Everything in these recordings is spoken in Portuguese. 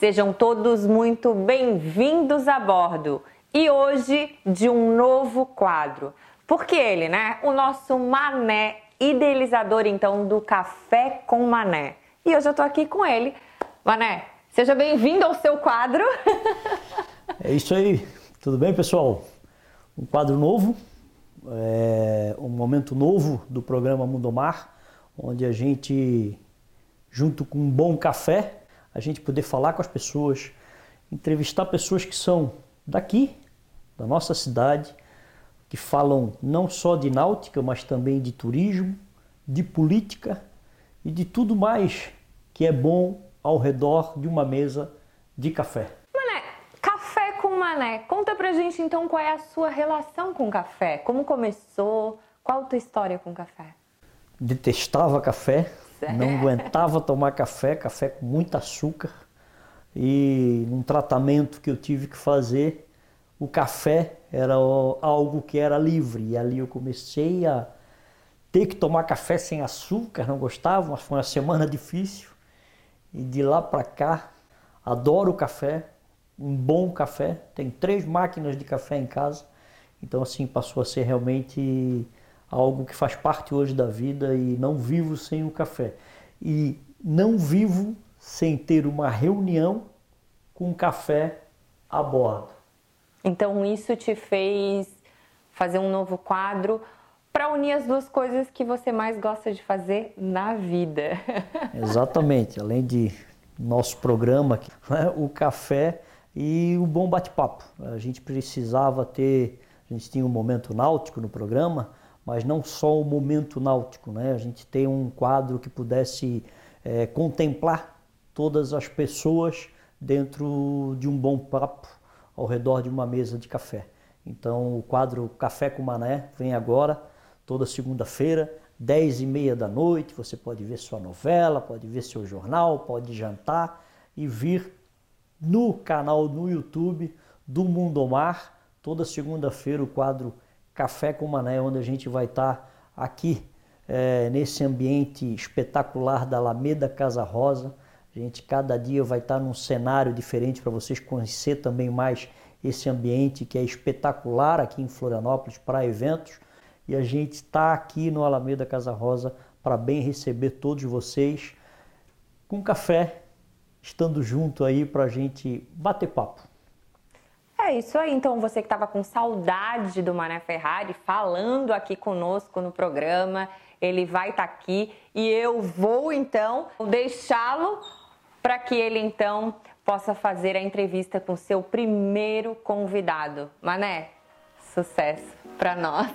Sejam todos muito bem-vindos a bordo. E hoje de um novo quadro. Porque ele, né? O nosso Mané, idealizador então do Café com Mané. E hoje eu tô aqui com ele. Mané, seja bem-vindo ao seu quadro. É isso aí. Tudo bem, pessoal? Um quadro novo, um momento novo do programa Mundomar, onde a gente, junto com um bom café, a gente poder falar com as pessoas, entrevistar pessoas que são daqui, da nossa cidade, que falam não só de náutica, mas também de turismo, de política e de tudo mais que é bom ao redor de uma mesa de café. Mané, Café com Mané. Conta pra gente então qual é a sua relação com o café. Como começou? Qual a tua história com o café? Detestava café. Não aguentava tomar café com muito açúcar. E num tratamento que eu tive que fazer, o café era algo que era livre. E ali eu comecei a ter que tomar café sem açúcar, não gostava, mas foi uma semana difícil. E de lá para cá, adoro café, um bom café. Tenho 3 máquinas de café em casa. Então assim, passou a ser realmente algo que faz parte hoje da vida e não vivo sem o café. E não vivo sem ter uma reunião com café a bordo. Então isso te fez fazer um novo quadro para unir as duas coisas que você mais gosta de fazer na vida. Exatamente, além de nosso programa, né, o café e o bom bate-papo. A gente precisava ter, a gente tinha um momento náutico no programa, mas não só o momento náutico, né? A gente tem um quadro que pudesse contemplar todas as pessoas dentro de um bom papo ao redor de uma mesa de café. Então o quadro Café com Mané vem agora, toda segunda-feira, 10h30 da noite. Você pode ver sua novela, pode ver seu jornal, pode jantar e vir no canal no YouTube do Mundomar, toda segunda-feira o quadro Café com Mané, onde a gente vai estar aqui nesse ambiente espetacular da Alameda Casa Rosa. A gente cada dia vai estar num cenário diferente para vocês conhecer também mais esse ambiente que é espetacular aqui em Florianópolis para eventos. E a gente está aqui no Alameda Casa Rosa para bem receber todos vocês com café, estando junto aí para a gente bater papo. É isso aí, então você que estava com saudade do Mané Ferrari falando aqui conosco no programa, ele vai estar aqui e eu vou então deixá-lo para que ele então possa fazer a entrevista com seu primeiro convidado. Mané, sucesso para nós.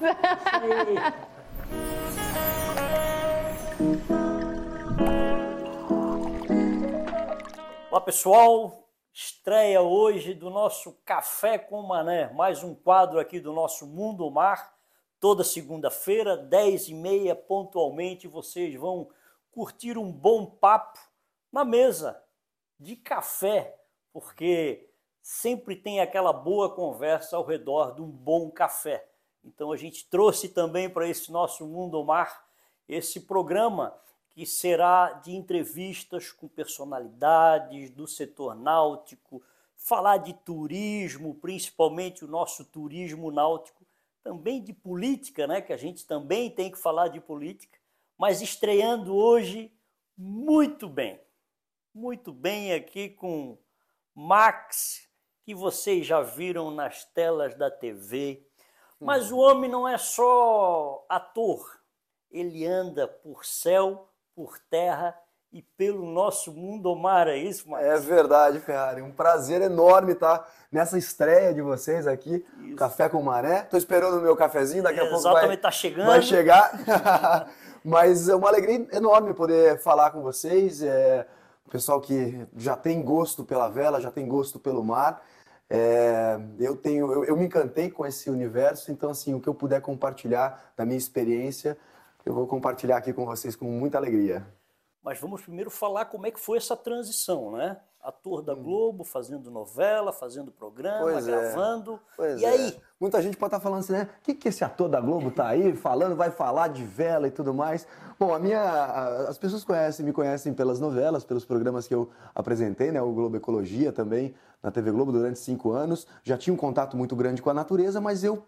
Olá pessoal, estreia hoje do nosso Café com Mané, mais um quadro aqui do nosso Mundomar. Toda segunda-feira, 10h30 pontualmente, vocês vão curtir um bom papo na mesa de café, porque sempre tem aquela boa conversa ao redor de um bom café. Então a gente trouxe também para esse nosso Mundomar esse programa que será de entrevistas com personalidades do setor náutico, falar de turismo, principalmente o nosso turismo náutico, também de política, né, que a gente também tem que falar de política, mas estreando hoje muito bem aqui com Max, que vocês já viram nas telas da TV. Mas o homem não é só ator, ele anda por céu, por terra e pelo nosso Mundomar, é isso, Max? É verdade, Ferrari. Um prazer enorme estar nessa estreia de vocês aqui, isso. Café com Mané. Estou esperando o meu cafezinho, daqui a pouco tá chegando. Vai chegar. Mas é uma alegria enorme poder falar com vocês. O pessoal que já tem gosto pela vela, já tem gosto pelo mar. Eu me encantei com esse universo, então assim, o que eu puder compartilhar da minha experiência, eu vou compartilhar aqui com vocês com muita alegria. Mas vamos primeiro falar como é que foi essa transição, né? Ator da Globo, fazendo novela, fazendo programa, gravando. Pois e aí, Muita gente pode estar falando assim, né? O que esse ator da Globo tá aí falando, vai falar de vela e tudo mais. Bom, as pessoas me conhecem pelas novelas, pelos programas que eu apresentei, né? O Globo Ecologia também, na TV Globo durante 5 anos. Já tinha um contato muito grande com a natureza, mas eu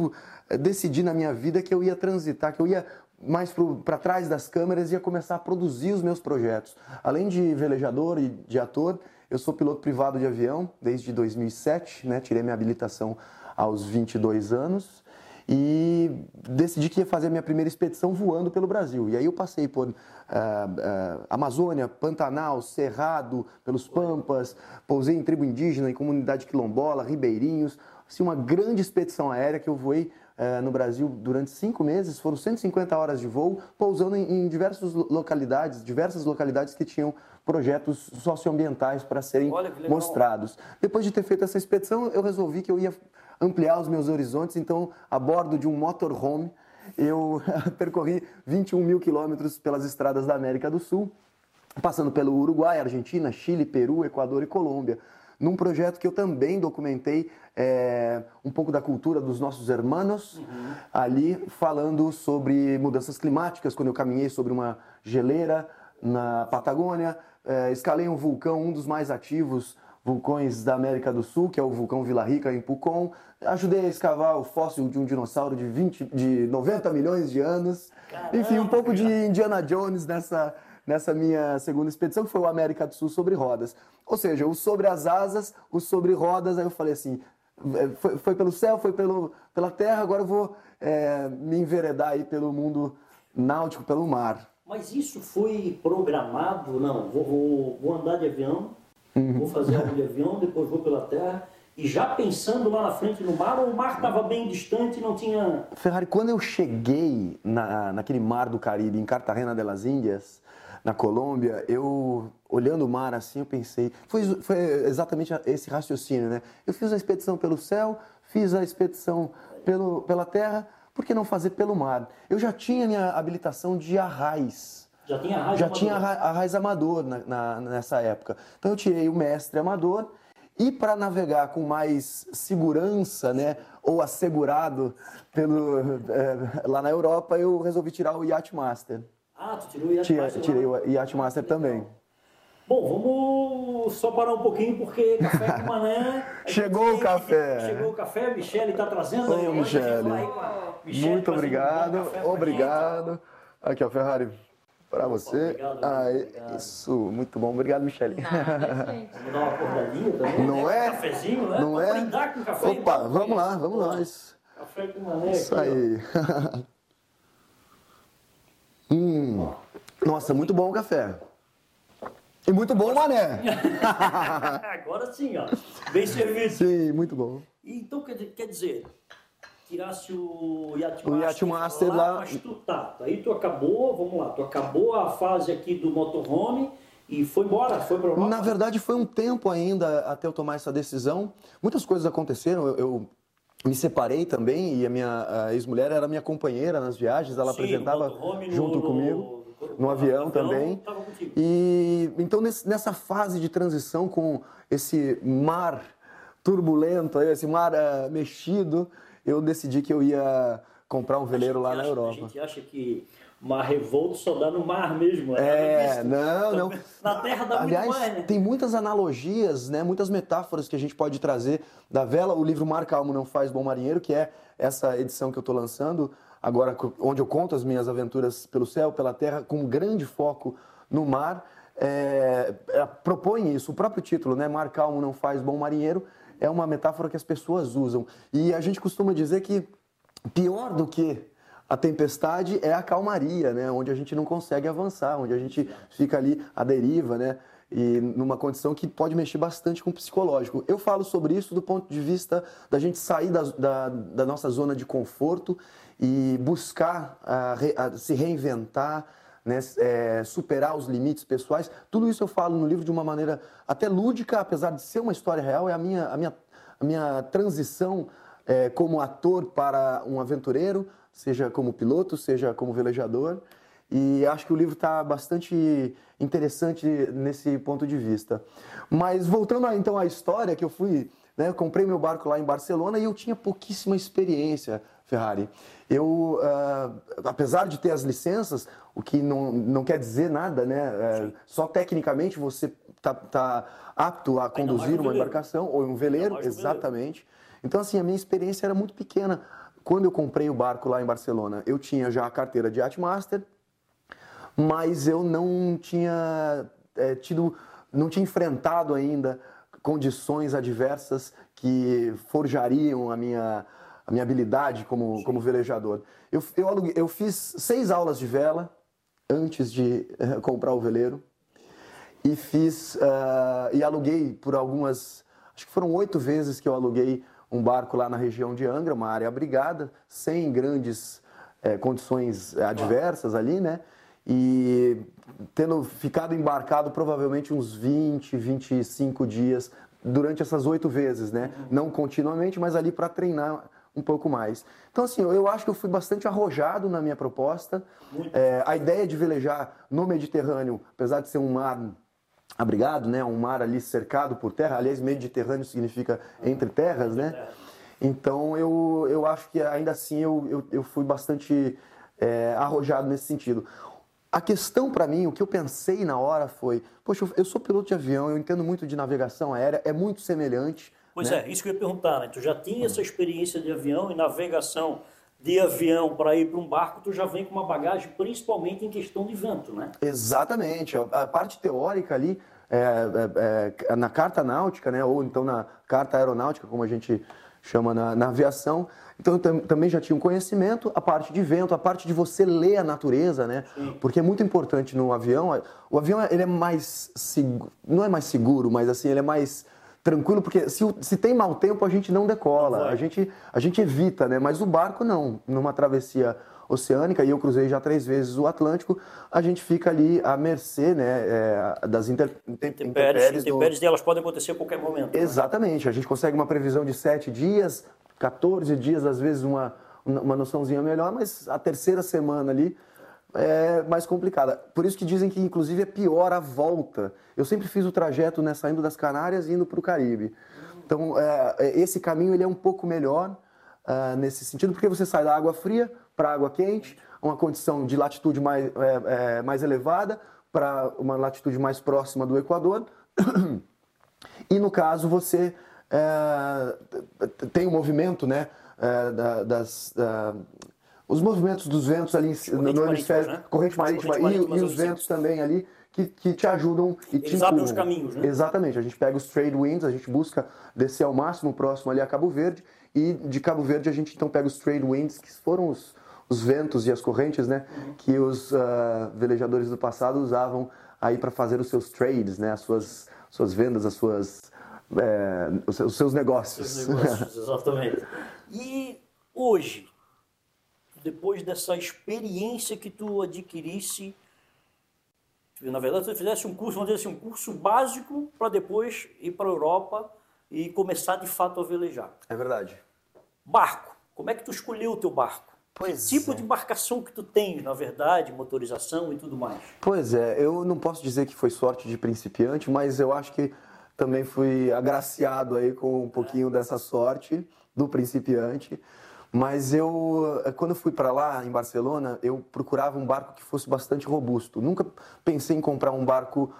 decidi na minha vida que eu ia transitar, que eu ia mais para trás das câmeras e ia começar a produzir os meus projetos. Além de velejador e de ator, eu sou piloto privado de avião desde 2007, né? Tirei minha habilitação aos 22 anos e decidi que ia fazer a minha primeira expedição voando pelo Brasil. E aí eu passei por Amazônia, Pantanal, Cerrado, pelos Pampas, pousei em tribo indígena, em comunidade quilombola, ribeirinhos. Assim, uma grande expedição aérea que eu voei no Brasil durante 5 meses, foram 150 horas de voo, pousando em diversas localidades que tinham projetos socioambientais para serem mostrados. Depois de ter feito essa expedição, eu resolvi que eu ia ampliar os meus horizontes, então, a bordo de um motorhome, eu percorri 21 mil quilômetros pelas estradas da América do Sul, passando pelo Uruguai, Argentina, Chile, Peru, Equador e Colômbia, num projeto que eu também documentei um pouco da cultura dos nossos hermanos, ali falando sobre mudanças climáticas, quando eu caminhei sobre uma geleira na Patagônia, escalei um vulcão, um dos mais ativos vulcões da América do Sul, que é o vulcão Vila Rica, em Pucón. Ajudei a escavar o fóssil de um dinossauro de 90 milhões de anos. Caramba. Enfim, um pouco de Indiana Jones nessa minha segunda expedição, que foi o América do Sul sobre rodas. Ou seja, o sobre as asas, o sobre rodas, aí eu falei assim, foi pelo céu, foi pela terra, agora eu vou me enveredar aí pelo mundo náutico, pelo mar. Mas isso foi programado? Não, vou andar de avião, vou fazer algo de avião, depois vou pela terra, e já pensando lá na frente no mar, ou o mar estava bem distante e não tinha... Ferrari, quando eu cheguei naquele mar do Caribe, em Cartagena de las Índias, na Colômbia, eu, olhando o mar assim, eu pensei... Foi exatamente esse raciocínio, né? Eu fiz a expedição pelo céu, fiz a expedição pela terra, por que não fazer pelo mar? Eu já tinha minha habilitação de arraiz. Já tinha arraiz amador nessa época. Então eu tirei o mestre amador e para navegar com mais segurança, né, ou assegurado lá na Europa, eu resolvi tirar o Yacht Master. Ah, tu tirou o Yacht Master? Tirei o Yacht Master também. Bom, vamos só parar um pouquinho, porque café com mané... Chegou o café, a Michele está trazendo. Ô, Michele, muito obrigado, obrigado. Aqui, ó, Ferrari, para você. Obrigado. Isso, muito bom. Obrigado, Michele. Nada, gente. Vamos dar uma acordadinha também, não né? Um cafezinho, né? Não é? Brindar com café. Opa, então, vamos lá, vamos nós. Café com mané. Isso aqui, aí. Nossa, muito bom o café. E muito bom o mané. Agora sim, ó. Bem servido. Sim, muito bom. Então, quer dizer, tirasse o Yacht Master lá, mas aí tu acabou, vamos lá, tu acabou a fase aqui do motorhome e foi embora, foi para Europa? Na verdade, foi um tempo ainda até eu tomar essa decisão. Muitas coisas aconteceram, eu me separei também e a minha ex-mulher era minha companheira nas viagens, ela apresentava junto comigo. No avião também. E então nessa fase de transição com esse mar turbulento, esse mar mexido, eu decidi que eu ia comprar um veleiro lá na Europa. A gente acha que mar revolto só dá no mar mesmo. Não. Na terra dá muito mais, né? Tem muitas analogias, né, muitas metáforas que a gente pode trazer da vela. O livro Mar Calmo Não Faz Bom Marinheiro, que é essa edição que eu estou lançando, agora, onde eu conto as minhas aventuras pelo céu, pela terra, com um grande foco no mar, propõe isso. O próprio título, né, Mar Calmo Não Faz Bom Marinheiro, é uma metáfora que as pessoas usam. E a gente costuma dizer que pior do que a tempestade é a calmaria, né, onde a gente não consegue avançar, onde a gente fica ali à deriva, né, e numa condição que pode mexer bastante com o psicológico. Eu falo sobre isso do ponto de vista da gente sair da nossa zona de conforto e buscar se reinventar, né, superar os limites pessoais. Tudo isso eu falo no livro de uma maneira até lúdica, apesar de ser uma história real, é a minha transição como ator para um aventureiro, seja como piloto, seja como velejador. E acho que o livro está bastante interessante nesse ponto de vista. Mas voltando então à história, que eu fui né? Eu comprei meu barco lá em Barcelona e eu tinha pouquíssima experiência, Ferrari. Apesar de ter as licenças, o que não quer dizer nada, né? Só tecnicamente você tá apto a conduzir uma embarcação ou um veleiro, exatamente. Então, assim, a minha experiência era muito pequena. Quando eu comprei o barco lá em Barcelona, eu tinha já a carteira de Yachtmaster, mas eu não tinha não tinha enfrentado ainda condições adversas que forjariam a minha habilidade como velejador. Eu fiz 6 aulas de vela antes de comprar o veleiro e aluguei por algumas, acho que foram 8 vezes que eu aluguei um barco lá na região de Angra, uma área abrigada, sem grandes condições adversas ali, né? E tendo ficado embarcado provavelmente uns 20, 25 dias durante essas 8 vezes, né? Não continuamente, mas ali para treinar um pouco mais. Então, assim, eu acho que eu fui bastante arrojado na minha proposta. A ideia de velejar no Mediterrâneo, apesar de ser um mar abrigado, né? Um mar ali cercado por terra. Aliás, Mediterrâneo significa entre terras, né? Então, eu acho que ainda assim eu fui bastante arrojado nesse sentido. A questão para mim, o que eu pensei na hora foi, poxa, eu sou piloto de avião, eu entendo muito de navegação aérea, é muito semelhante. Pois né? isso que eu ia perguntar, né? Tu já tinha essa experiência de avião e navegação de avião para ir para um barco, tu já vem com uma bagagem principalmente em questão de vento, né? Exatamente. A parte teórica ali, na carta náutica, né? Ou então na carta aeronáutica, como a gente chama na aviação. Então eu também já tinha um conhecimento, a parte de vento, a parte de você ler a natureza, né? Sim. Porque é muito importante no avião. O avião ele é mais seguro, não é mais seguro, mas assim, ele é mais tranquilo, porque se tem mau tempo a gente não decola, a gente evita, né? Mas o barco não, numa travessia oceânica, e eu cruzei já 3 vezes o Atlântico, a gente fica ali à mercê, né, das intempéries. Intempéries elas podem acontecer a qualquer momento. Exatamente, né? A gente consegue uma previsão de 7 dias, 14 dias, às vezes uma noçãozinha melhor, mas a terceira semana ali é mais complicada. Por isso que dizem que, inclusive, é pior a volta. Eu sempre fiz o trajeto, né, saindo das Canárias e indo para o Caribe. Então, esse caminho ele é um pouco melhor nesse sentido, porque você sai da água fria para a água quente, uma condição de latitude mais elevada para uma latitude mais próxima do Equador. E, no caso, você tem o movimento, né, os movimentos dos ventos ali no hemisfério, né? Corrente marítima e os ventos também ali que te ajudam e te Eles abrem os caminhos, né? Exatamente, a gente pega os trade winds, a gente busca descer ao máximo próximo ali a Cabo Verde, e de Cabo Verde a gente então pega os trade winds, que foram os ventos e as correntes, né, que os velejadores do passado usavam aí para fazer os seus trades, né, as suas vendas, os seus negócios. Os negócios, exatamente. E hoje, depois dessa experiência que tu adquirisse, na verdade, tu fizesse um curso, vamos dizer assim, um curso básico para depois ir para a Europa e começar de fato a velejar. É verdade. Barco. Como é que tu escolheu o teu barco? Pois que tipo de embarcação que tu tens, na verdade, motorização e tudo mais? Pois eu não posso dizer que foi sorte de principiante, mas eu acho que também fui agraciado aí com um pouquinho dessa sorte do principiante. Mas quando eu fui para lá, em Barcelona, eu procurava um barco que fosse bastante robusto. Nunca pensei em comprar um barco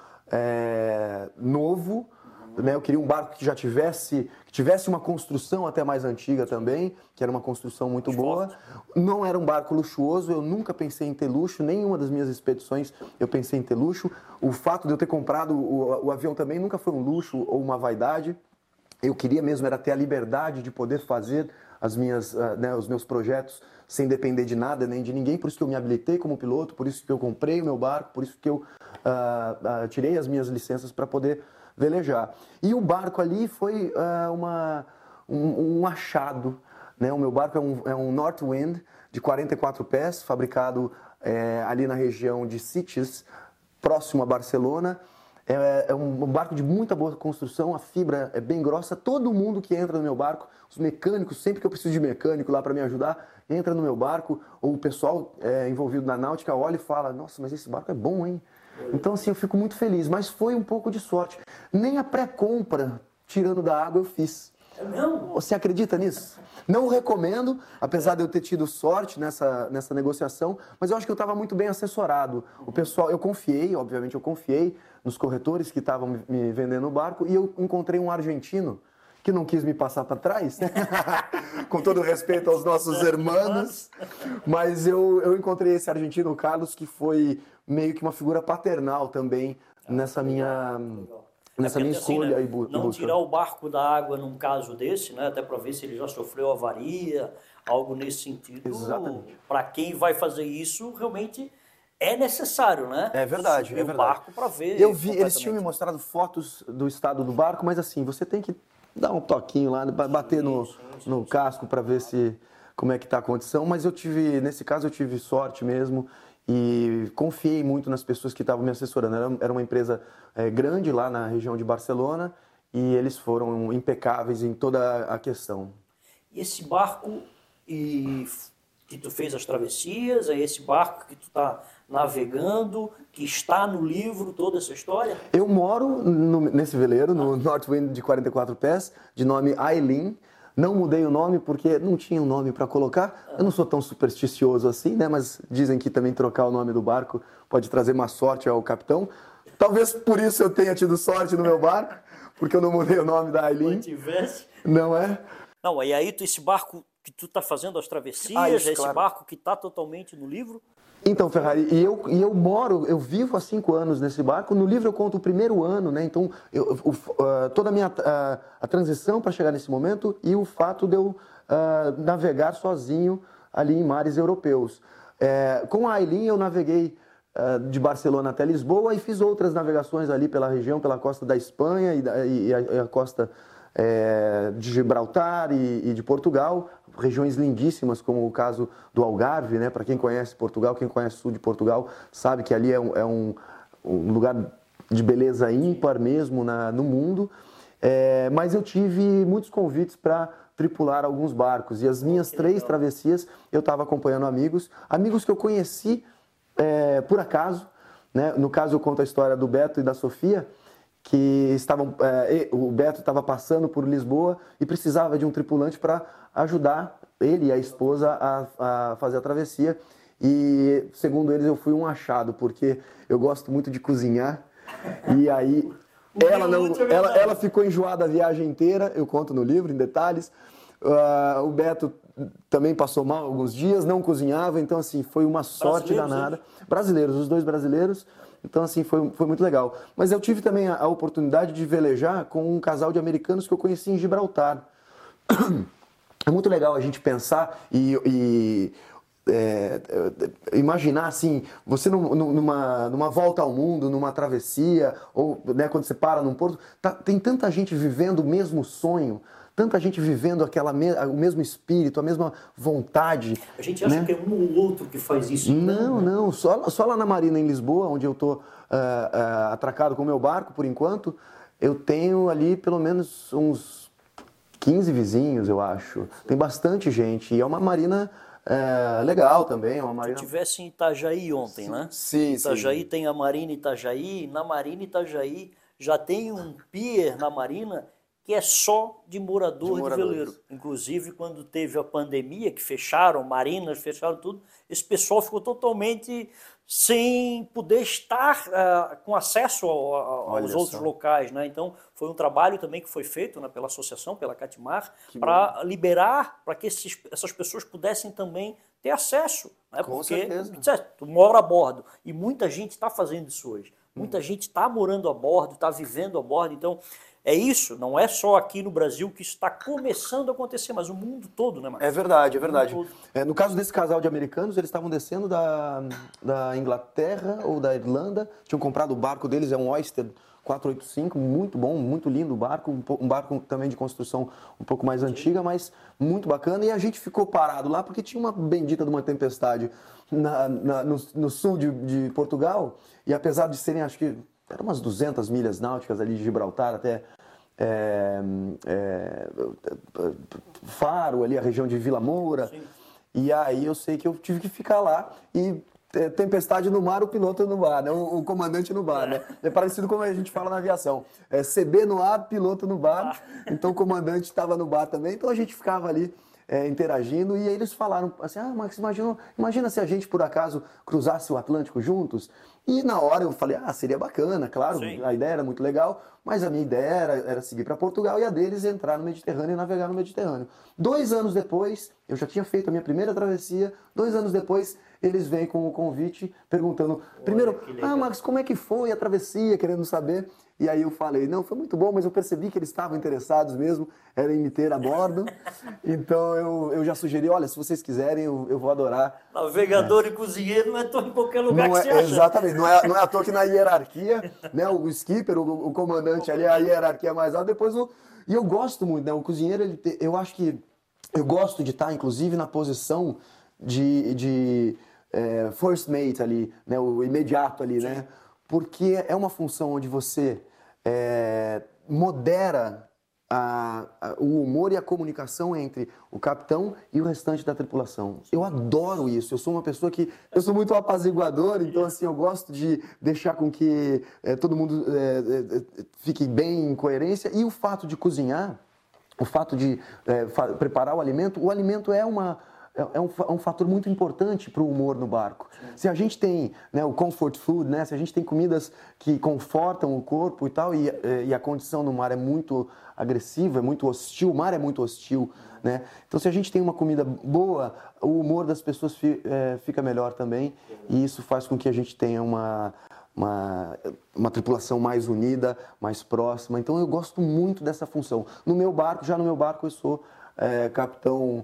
novo, né? Eu queria um barco que já tivesse uma construção até mais antiga também, que era uma construção muito boa. Não era um barco luxuoso, eu nunca pensei em ter luxo, nenhuma das minhas expedições eu pensei em ter luxo. O fato de eu ter comprado o avião também nunca foi um luxo ou uma vaidade. Eu queria mesmo era ter a liberdade de poder fazer os meus projetos sem depender de nada nem de ninguém. Por isso que eu me habilitei como piloto, por isso que eu comprei o meu barco, por isso que eu tirei as minhas licenças para poder velejar. E o barco ali foi um achado, né? O meu barco é um Northwind de 44 pés, fabricado ali na região de Sitges, próximo a Barcelona. É um barco de muita boa construção, a fibra é bem grossa. Todo mundo que entra no meu barco, os mecânicos, sempre que eu preciso de mecânico lá para me ajudar, entra no meu barco, ou o pessoal envolvido na náutica olha e fala: nossa, mas esse barco é bom, hein? Então, assim, eu fico muito feliz, mas foi um pouco de sorte. Nem a pré-compra, tirando da água, eu fiz. É mesmo? Você acredita nisso? Não recomendo, apesar de eu ter tido sorte nessa negociação, mas eu acho que eu estava muito bem assessorado. O pessoal, obviamente eu confiei nos corretores que estavam me vendendo o barco e eu encontrei um argentino que não quis me passar para trás, né? Com todo respeito aos nossos irmãos, mas eu encontrei esse argentino, o Carlos, que foi meio que uma figura paternal também nessa minha escolha né, e busca. não tirar o barco da água num caso desse, né, até para ver se ele já sofreu avaria, algo nesse sentido. Exatamente. Para quem vai fazer isso, realmente é necessário, né? É verdade, subir é verdade. o barco para ver. Eu vi, eles tinham me mostrado fotos do estado do barco, mas assim, você tem que dar um toquinho lá, bater no casco para ver como é que está a condição, mas nesse caso eu tive sorte mesmo e confiei muito nas pessoas que estavam me assessorando. Era uma empresa grande lá na região de Barcelona e eles foram impecáveis em toda a questão. E esse barco que tu fez as travessias, é esse barco que tu está navegando, que está no livro, toda essa história? Eu moro nesse veleiro, no Northwind de 44 pés, de nome Aileen. Não mudei o nome porque não tinha um nome para colocar. Eu não sou tão supersticioso assim, né? Mas dizem que também trocar o nome do barco pode trazer má sorte ao capitão. Talvez por isso eu tenha tido sorte no meu barco, porque eu não mudei o nome da Aileen. Se tivesse. Não é? Não, e aí esse barco que tu está fazendo as travessias, esse claro. Barco que está totalmente no livro? Então, Ferrari, eu vivo há 5 anos nesse barco. No livro eu conto o primeiro ano, né? Então, toda a minha a transição para chegar nesse momento e o fato de eu navegar sozinho ali em mares europeus. Com a Aileen eu naveguei de Barcelona até Lisboa e fiz outras navegações ali pela região, pela costa da Espanha e a costa de Gibraltar e de Portugal, regiões lindíssimas, como o caso do Algarve, né? Para quem conhece Portugal, quem conhece o sul de Portugal, sabe que ali é um lugar de beleza ímpar mesmo no mundo. Mas eu tive muitos convites para tripular alguns barcos e as minhas 3 travessias eu estava acompanhando amigos que eu conheci por acaso, né? No caso eu conto a história do Beto e da Sofia, que o Beto estava passando por Lisboa e precisava de um tripulante para ajudar ele e a esposa a fazer a travessia. E, segundo eles, eu fui um achado, porque eu gosto muito de cozinhar. E aí, ela ficou enjoada a viagem inteira, eu conto no livro, em detalhes. O Beto também passou mal alguns dias, não cozinhava, então, assim, foi uma sorte danada. Brasileiros, os 2 brasileiros. Então, assim, foi muito legal. Mas eu tive também a oportunidade de velejar com um casal de americanos que eu conheci em Gibraltar. É muito legal a gente pensar e imaginar, assim, você numa volta ao mundo, numa travessia, ou né, quando você para num porto, tem tanta gente vivendo o mesmo sonho, tanta gente vivendo o mesmo espírito, a mesma vontade. A gente acha, né, que é um ou outro que faz isso. Não. Só lá na Marina, em Lisboa, onde eu estou atracado com o meu barco, por enquanto, eu tenho ali pelo menos uns 15 vizinhos, eu acho. Tem bastante gente. E é uma marina legal também. É uma marina... Tu estivesse em Itajaí ontem, né? Sim. Itajaí tem a Marina Itajaí. Na Marina Itajaí já tem um pier na Marina que é só de morador de veleiro. Inclusive, quando teve a pandemia, que fecharam marinas, fecharam tudo, esse pessoal ficou totalmente sem poder estar com acesso aos outros locais, né? Então, foi um trabalho também que foi feito, né, pela associação, pela Catimar, para liberar, para que essas pessoas pudessem também ter acesso. Né? Com porque, certeza. Tu mora a bordo, e muita gente está fazendo isso hoje. Muita gente está morando a bordo, está vivendo a bordo, então... É isso, não é só aqui no Brasil que isso está começando a acontecer, mas o mundo todo, né, Marcos? É verdade. No caso desse casal de americanos, eles estavam descendo da Inglaterra ou da Irlanda, tinham comprado o barco deles, é um Oyster 485, muito bom, muito lindo o barco, um barco também de construção um pouco mais antiga, mas muito bacana, e a gente ficou parado lá porque tinha uma bendita de uma tempestade no sul de Portugal, e apesar de serem, acho que eram umas 200 milhas náuticas ali de Gibraltar até Faro, ali a região de Vila Moura. Sim. E aí eu sei que eu tive que ficar lá e tempestade no mar, o piloto no bar, né? O comandante no bar, né? É parecido com a gente fala na aviação. CB no ar, piloto no bar. Então o comandante estava no bar também. Então a gente ficava ali interagindo e aí eles falaram assim, Max, imagina se a gente por acaso cruzasse o Atlântico juntos. E na hora eu falei, seria bacana, claro, sim, a ideia era muito legal, mas a minha ideia era seguir para Portugal e a deles entrar no Mediterrâneo e navegar no Mediterrâneo. 2 anos depois, eu já tinha feito a minha primeira travessia, 2 anos depois eles vêm com o convite perguntando, primeiro, Max, como é que foi a travessia, querendo saber. E aí eu falei, não, foi muito bom, mas eu percebi que eles estavam interessados mesmo, era em me ter a bordo. Então eu já sugeri, olha, se vocês quiserem, eu vou adorar. Navegador e cozinheiro não é tão em qualquer lugar não que você acha. Exatamente, não é à toa que na hierarquia, né, o skipper, o comandante ali, a hierarquia mais alta, depois E eu gosto muito, né, o cozinheiro, eu acho que eu gosto de estar, inclusive, na posição de first mate ali, né, o imediato ali, né? Porque é uma função onde você modera o humor e a comunicação entre o capitão e o restante da tripulação. Eu adoro isso. Eu sou uma pessoa que... Eu sou muito apaziguador, então assim, eu gosto de deixar com que todo mundo fique bem em coerência. E o fato de cozinhar, o fato de preparar o alimento é um fator muito importante para o humor no barco. Se a gente tem, né, o comfort food, né, se a gente tem comidas que confortam o corpo e tal, e a condição no mar é muito agressiva, é muito hostil, o mar é muito hostil, né? Então, se a gente tem uma comida boa, o humor das pessoas fica melhor também, e isso faz com que a gente tenha uma tripulação mais unida, mais próxima. Então, eu gosto muito dessa função. No meu barco eu sou capitão...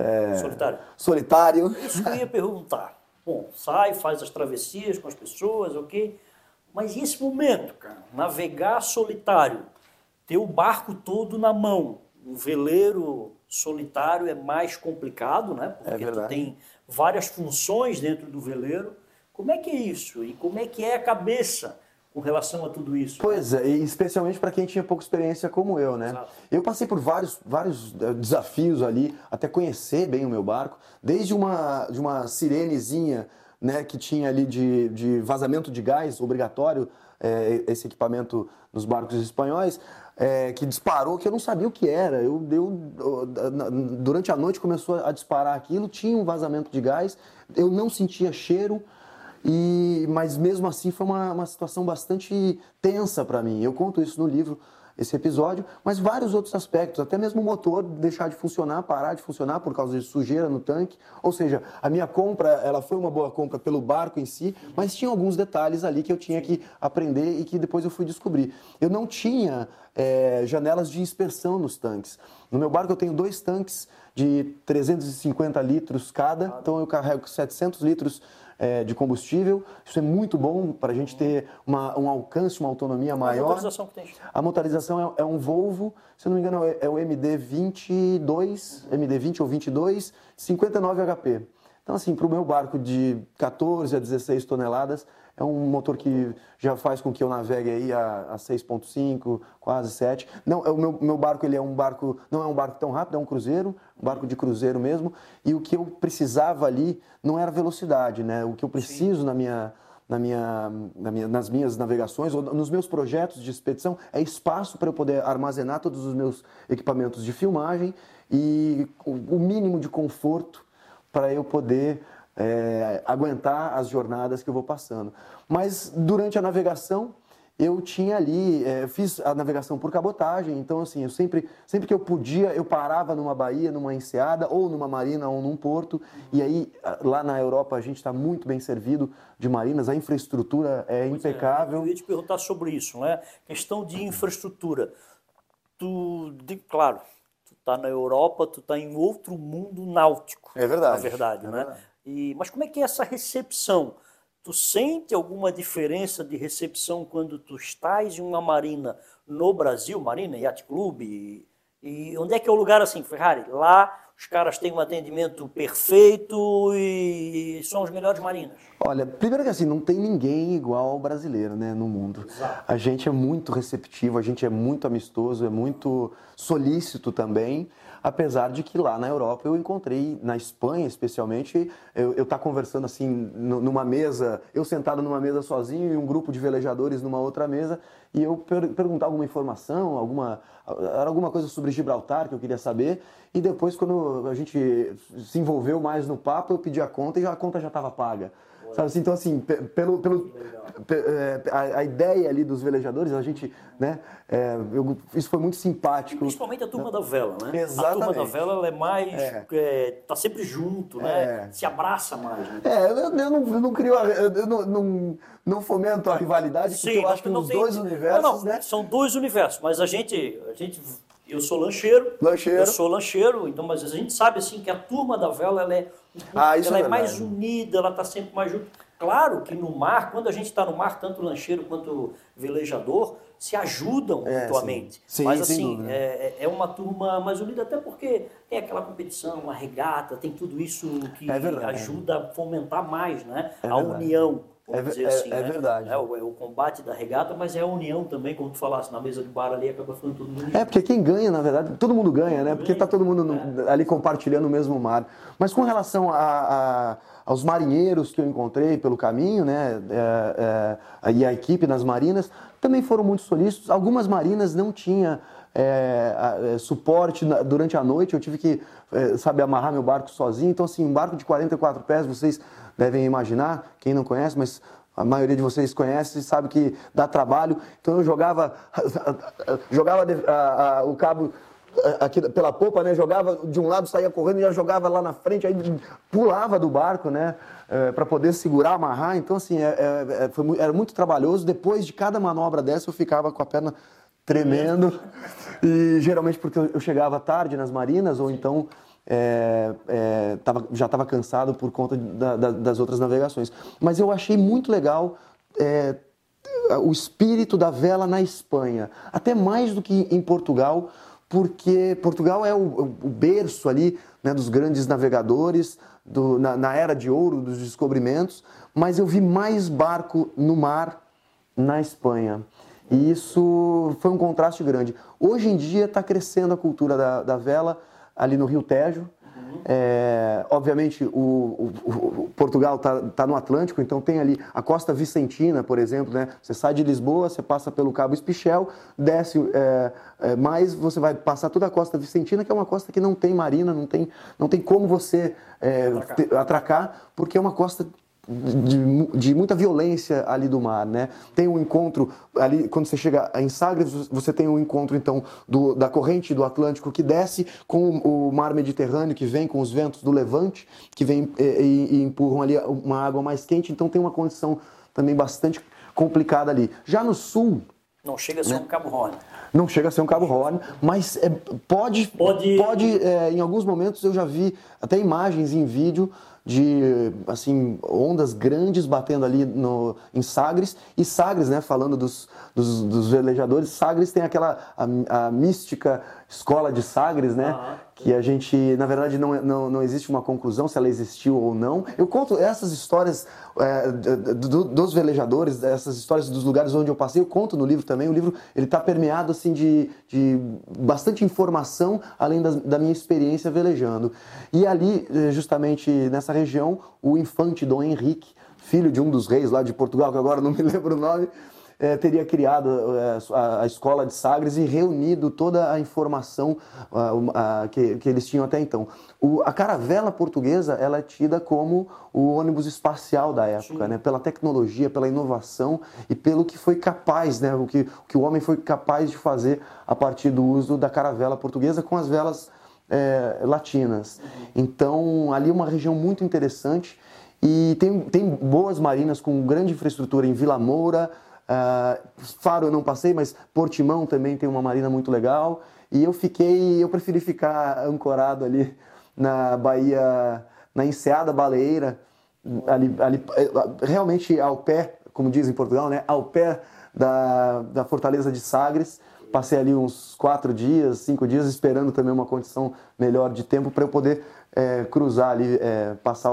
solitário. Isso que eu ia perguntar. Bom, sai, faz as travessias com as pessoas, ok? Mas e esse momento, cara? Navegar solitário, ter o barco todo na mão. O veleiro solitário é mais complicado, né? Porque tu tem várias funções dentro do veleiro. Como é que é isso? E como é que é a cabeça com relação a tudo isso? Pois é, e especialmente para quem tinha pouca experiência como eu, né? Exato. Eu passei por vários desafios ali, até conhecer bem o meu barco, desde de uma sirenezinha, né, que tinha ali de vazamento de gás obrigatório, esse equipamento nos barcos espanhóis, que disparou, que eu não sabia o que era. Durante a noite começou a disparar aquilo, tinha um vazamento de gás, eu não sentia cheiro, mas mesmo assim foi uma situação bastante tensa para mim. Eu conto isso no livro, esse episódio, mas vários outros aspectos, até mesmo o motor deixar de funcionar, parar de funcionar por causa de sujeira no tanque. Ou seja, a minha compra, ela foi uma boa compra pelo barco em si, mas tinha alguns detalhes ali que eu tinha que aprender e que depois eu fui descobrir. Eu não tinha janelas de inspeção nos tanques. No meu barco eu tenho 2 tanques de 350 litros cada, então eu carrego 700 litros de combustível. Isso é muito bom para a gente ter um alcance, uma autonomia maior. A motorização que tem? A motorização é um Volvo, se não me engano é o MD20 ou 22, 59 HP. Então assim, para o meu barco de 14 a 16 toneladas, é um motor que já faz com que eu navegue aí a 6.5, quase 7. Não, o meu barco ele não é um barco tão rápido, é um cruzeiro, um barco de cruzeiro mesmo. E o que eu precisava ali não era velocidade, né? O que eu preciso nas minhas navegações ou nos meus projetos de expedição é espaço para eu poder armazenar todos os meus equipamentos de filmagem e o mínimo de conforto para eu poder aguentar as jornadas que eu vou passando. Mas durante a navegação eu tinha ali, fiz a navegação por cabotagem, então assim, eu sempre que eu podia, eu parava numa baía, numa enseada, ou numa marina, ou num porto, e aí lá na Europa a gente está muito bem servido de marinas, a infraestrutura é impecável. Eu ia te perguntar sobre isso, né? Questão de infraestrutura. Claro, tu está na Europa, tu está em outro mundo náutico. É verdade. Na verdade, né? Mas como é que é essa recepção? Tu sente alguma diferença de recepção quando tu estás em uma marina no Brasil, Marina Yacht Club? E onde é que é o lugar assim, Ferrari? Lá os caras têm um atendimento perfeito e são os melhores marinas. Olha, primeiro que assim, não tem ninguém igual ao brasileiro, né, no mundo. Exato. A gente é muito receptivo, a gente é muito amistoso, é muito solícito também. apesar de que lá na Europa eu encontrei, na Espanha especialmente, eu tá conversando assim numa mesa, eu sentado numa mesa sozinho e um grupo de velejadores numa outra mesa, e eu perguntar alguma informação, alguma coisa sobre Gibraltar que eu queria saber, e depois quando a gente se envolveu mais no papo, eu pedi a conta e a conta já estava paga. Sabe assim? Então, assim, a ideia ali dos velejadores, a gente, né, isso foi muito simpático. Principalmente a turma da vela, né? Exatamente. A turma da vela, ela é mais, tá sempre junto, né? Se abraça mais, né? Eu não crio, eu não fomento a rivalidade, porque eu acho que nos dois universos, né? São dois universos, mas eu sou lancheiro, eu sou lancheiro, então, mas a gente sabe assim que a turma da vela ela é mais unida, ela está sempre mais junto. Claro que no mar, quando a gente está no mar, tanto lancheiro quanto velejador se ajudam mutuamente. Sim, mas assim, é uma turma mais unida, até porque tem aquela competição, a regata, tem tudo isso que ajuda a fomentar mais, né? A união. Dizer assim, né? Verdade. É o combate da regata, mas é a união também, como tu falasse, na mesa de bar ali, acaba ficando todo mundo. Porque quem ganha, na verdade, todo mundo ganha, né? Porque tá todo mundo ali compartilhando o mesmo mar. Mas com relação aos marinheiros que eu encontrei pelo caminho, né? E a equipe nas marinas, também foram muito solícitos. Algumas marinas não tinham suporte durante a noite, eu tive que, amarrar meu barco sozinho. Então, assim, um barco de 44 pés, vocês devem imaginar, quem não conhece, mas a maioria de vocês conhece e sabe que dá trabalho. Então eu jogava o cabo aqui pela popa, né? Jogava de um lado, saía correndo e já jogava lá na frente, aí pulava do barco, né? Para poder segurar, amarrar. Então, assim, era muito trabalhoso. Depois de cada manobra dessa, eu ficava com a perna tremendo. E geralmente porque eu chegava tarde nas marinas, ou então já estava cansado por conta das outras navegações. Mas eu achei muito legal o espírito da vela na Espanha, até mais do que em Portugal, porque Portugal é o berço ali, né, dos grandes navegadores, na era de ouro, dos descobrimentos, mas eu vi mais barco no mar na Espanha. E isso foi um contraste grande. Hoje em dia está crescendo a cultura da vela ali no Rio Tejo. Obviamente o Portugal está no Atlântico, então tem ali a Costa Vicentina, por exemplo, né? Você sai de Lisboa, você passa pelo Cabo Espichel, desce mais, você vai passar toda a Costa Vicentina, que é uma costa que não tem marina, não tem como você atracar, porque é uma costa de muita violência ali do mar, né? Tem um encontro ali, quando você chega em Sagres, você tem um encontro então da corrente do Atlântico que desce com o mar Mediterrâneo, que vem com os ventos do Levante, que vem e empurram ali uma água mais quente, então tem uma condição também bastante complicada ali. Já no sul... Não chega a ser um Cabo Horn. Não chega a ser um Cabo Horn, mas pode em alguns momentos eu já vi até imagens em vídeo de assim, ondas grandes batendo ali em Sagres. E Sagres, né, falando dos velejadores, Sagres tem a mística escola de Sagres, né? Que a gente, na verdade, não existe uma conclusão se ela existiu ou não. Eu conto essas histórias dos velejadores, essas histórias dos lugares onde eu passei, eu conto no livro também. O livro ele está permeado assim, de bastante informação, além da minha experiência velejando. E ali, justamente nessa região, o infante Dom Henrique, filho de um dos reis lá de Portugal, que agora não me lembro o nome, teria criado a escola de Sagres e reunido toda a informação que eles tinham até então. A caravela portuguesa ela é tida como o ônibus espacial da época, né? Pela tecnologia, pela inovação e pelo que foi capaz, né? O que o homem foi capaz de fazer a partir do uso da caravela portuguesa com as velas latinas. Então, ali é uma região muito interessante e tem boas marinas com grande infraestrutura em Vila Moura. Faro eu não passei, mas Portimão também tem uma marina muito legal. E eu preferi ficar ancorado ali na Baía, na Enseada Baleeira, ali realmente ao pé, como dizem em Portugal, né? Ao pé da Fortaleza de Sagres. Passei ali uns 4 dias, 5 dias, esperando também uma condição melhor de tempo para eu poder cruzar ali, passar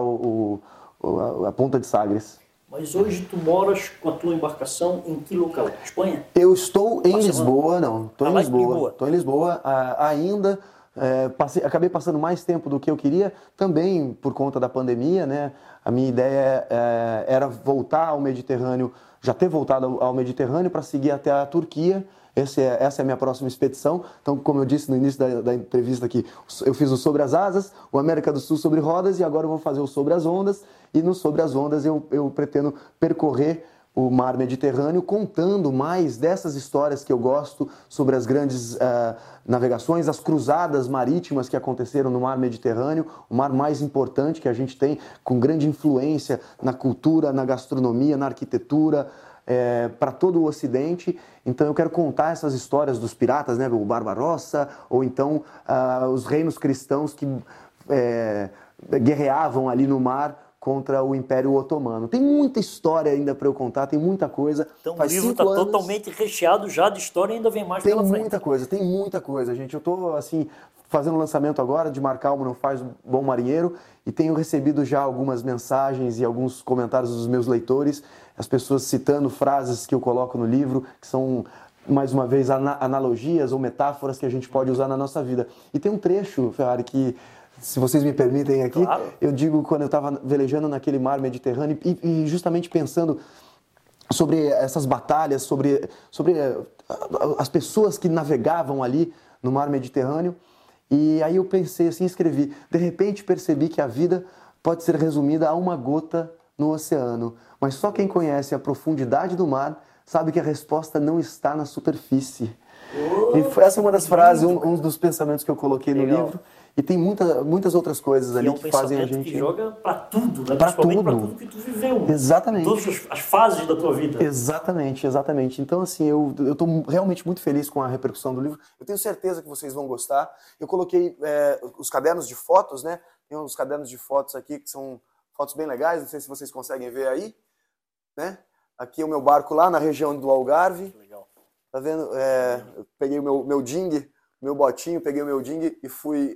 a ponta de Sagres. Mas hoje tu moras com a tua embarcação em que local? Espanha? Eu estou em Lisboa, não. Estou em Lisboa. Estou em Lisboa ainda. Acabei passando mais tempo do que eu queria, também por conta da pandemia, né? A minha ideia era voltar ao Mediterrâneo, já ter voltado ao Mediterrâneo para seguir até a Turquia. Essa é a minha próxima expedição. Então, como eu disse no início da entrevista aqui, eu fiz o Sobre as Asas, o América do Sul sobre rodas, e agora eu vou fazer o Sobre as Ondas. E no Sobre as Ondas eu pretendo percorrer o mar Mediterrâneo, contando mais dessas histórias que eu gosto sobre as grandes navegações, as cruzadas marítimas que aconteceram no mar Mediterrâneo, o mar mais importante que a gente tem, com grande influência na cultura, na gastronomia, na arquitetura, para todo o Ocidente. Então eu quero contar essas histórias dos piratas, né, o Barbarossa, ou então os reinos cristãos que guerreavam ali no mar contra o Império Otomano. Tem muita história ainda para eu contar, tem muita coisa. Então o livro está totalmente recheado já de história e ainda vem mais pela frente. Tem muita coisa, gente. Eu estou, assim, fazendo o lançamento agora de Mar Calmo Não Faz Bom Marinheiro e tenho recebido já algumas mensagens e alguns comentários dos meus leitores, as pessoas citando frases que eu coloco no livro, que são, mais uma vez, analogias ou metáforas que a gente pode usar na nossa vida. E tem um trecho, Ferrari, que, se vocês me permitem aqui, claro, eu digo quando eu estava velejando naquele mar Mediterrâneo e justamente pensando sobre essas batalhas, sobre as pessoas que navegavam ali no mar Mediterrâneo. E aí eu pensei assim, escrevi: de repente percebi que a vida pode ser resumida a uma gota no oceano, mas só quem conhece a profundidade do mar sabe que a resposta não está na superfície. E essa é uma das frases, um dos pensamentos que eu coloquei no livro. E tem muitas outras coisas ali que fazem a gente... que joga para tudo, né? Para tudo que tu viveu. Exatamente. Todas as fases da tua vida. Exatamente. Então, assim, eu estou realmente muito feliz com a repercussão do livro. Eu tenho certeza que vocês vão gostar. Eu coloquei os cadernos de fotos, né? Tem uns cadernos de fotos aqui que são fotos bem legais. Não sei se vocês conseguem ver aí, né? Aqui é o meu barco lá na região do Algarve. Legal. Tá vendo? Eu peguei o meu dinghy, meu botinho, peguei o meu dinghy e fui